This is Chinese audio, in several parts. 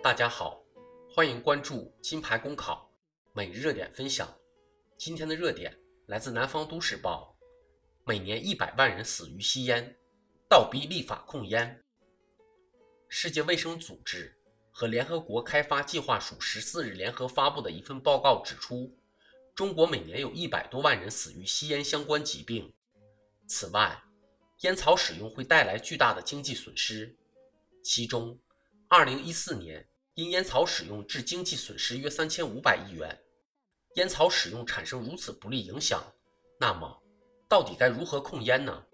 大家好，欢迎关注金牌公考每日热点分享。今天的热点来自南方都市报，每年100万人死于吸烟，倒逼立法控烟。世界卫生组织和联合国开发计划署14日联合发布的一份报告指出，中国每年有100多万人死于吸烟相关疾病。此外，烟草使用会带来巨大的经济损失，其中2014年因烟草使用致经济损失约3500亿元。烟草使用产生如此不利影响，那么到底该如何控烟呢？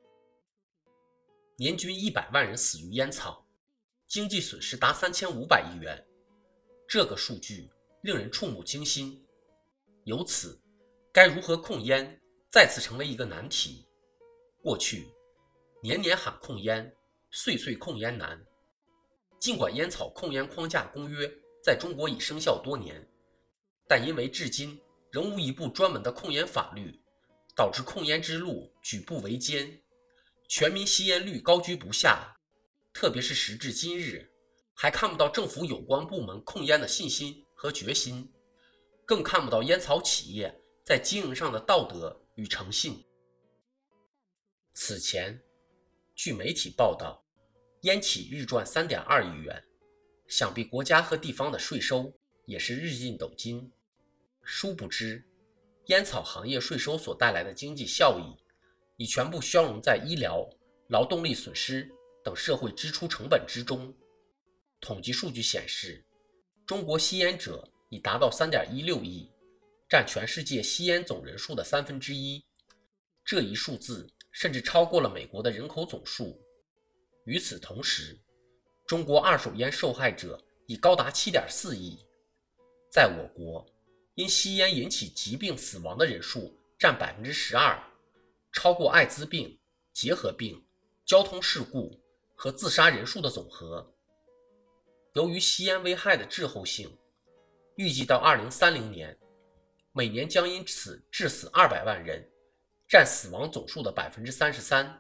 年均100万人死于烟草，经济损失达3500亿元，这个数据令人触目惊心。由此，该如何控烟再次成为一个难题。过去，年年喊控烟，岁岁控烟难。尽管烟草控烟框架公约在中国已生效多年，但因为至今仍无一部专门的控烟法律，导致控烟之路举步维艰，全民吸烟率高居不下。特别是时至今日，还看不到政府有关部门控烟的信心和决心，更看不到烟草企业在经营上的道德与诚信。此前，据媒体报道，烟企日赚3.2亿元，想必国家和地方的税收也是日进斗金。殊不知，烟草行业税收所带来的经济效益已全部消融在医疗、劳动力损失等社会支出成本之中。统计数据显示，中国吸烟者已达到3.16亿，占全世界吸烟总人数的1/3，这一数字甚至超过了美国的人口总数。与此同时，中国二手烟受害者已高达7.4亿。在我国，因吸烟引起疾病死亡的人数占12%，超过艾滋病、结核病、交通事故和自杀人数的总和。由于吸烟危害的滞后性，预计到2030年，每年将因此致死200万人，占死亡总数的33%。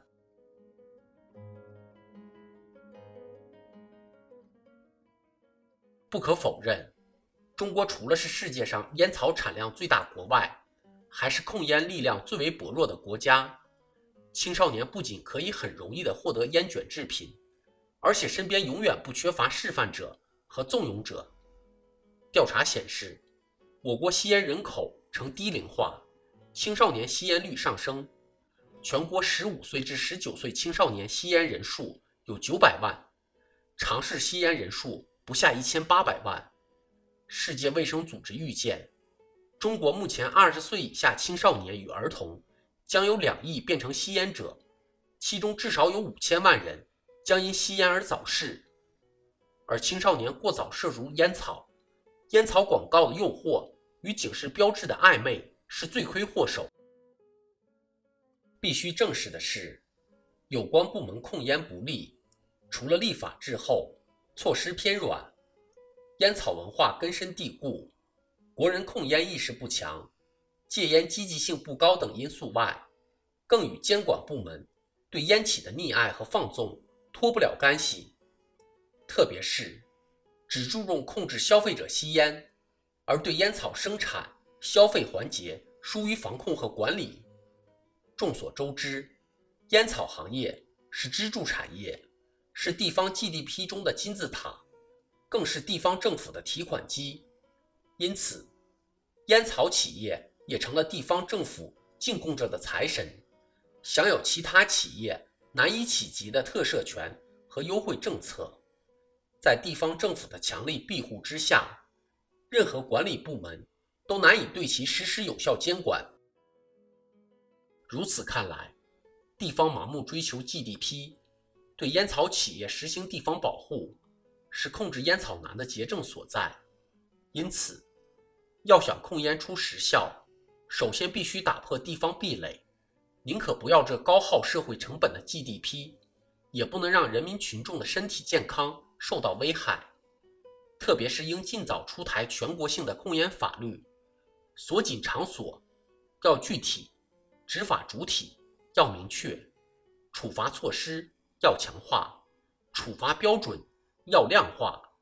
不可否认，中国除了是世界上烟草产量最大国外，还是控烟力量最为薄弱的国家。青少年不仅可以很容易地获得烟卷制品，而且身边永远不缺乏示范者和纵容者。调查显示，我国吸烟人口呈低龄化，青少年吸烟率上升，全国15岁至19岁青少年吸烟人数有900万，尝试吸烟人数不下1800万。世界卫生组织预见，中国目前20岁以下青少年与儿童将有2亿变成吸烟者，其中至少有5000万人将因吸烟而早逝。而青少年过早摄入烟草，烟草广告的诱惑与警示标志的暧昧是罪魁祸首。必须正视的是，有关部门控烟不力，除了立法滞后，措施偏软，烟草文化根深蒂固，国人控烟意识不强，戒烟积极性不高等因素外，更与监管部门对烟企的溺爱和放纵脱不了干系。特别是只注重控制消费者吸烟，而对烟草生产、消费环节疏于防控和管理。众所周知，烟草行业是支柱产业，是地方 GDP 中的金字塔，更是地方政府的提款机。因此，烟草企业也成了地方政府进贡着的财神，享有其他企业难以企及的特赦权和优惠政策。在地方政府的强力庇护之下，任何管理部门都难以对其实施有效监管。如此看来，地方盲目追求 GDP， 对烟草企业实行地方保护，是控制烟草难的结症所在。因此，要想控烟出实效，首先必须打破地方壁垒，宁可不要这高耗社会成本的 GDP， 也不能让人民群众的身体健康受到危害。特别是应尽早出台全国性的控烟法律，锁紧场所要具体，执法主体要明确，处罚措施要强化，处罚标准要量化，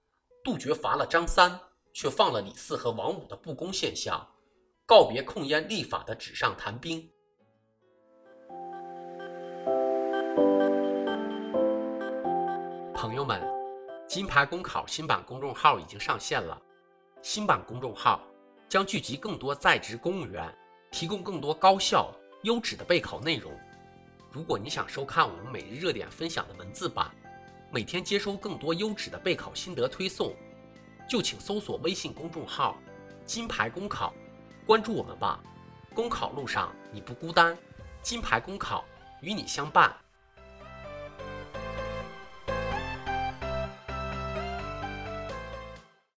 杜绝罚了张三却放了李四和王五的不公现象，告别控烟立法的纸上谈兵。朋友们，金牌公考新版公众号已经上线了。新版公众号将聚集更多在职公务员，提供更多高效优质的备考内容。如果你想收看我们每日热点分享的文字版，每天接收更多优质的备考心得推送，就请搜索微信公众号金牌公考，关注我们吧。公考路上你不孤单，金牌公考与你相伴。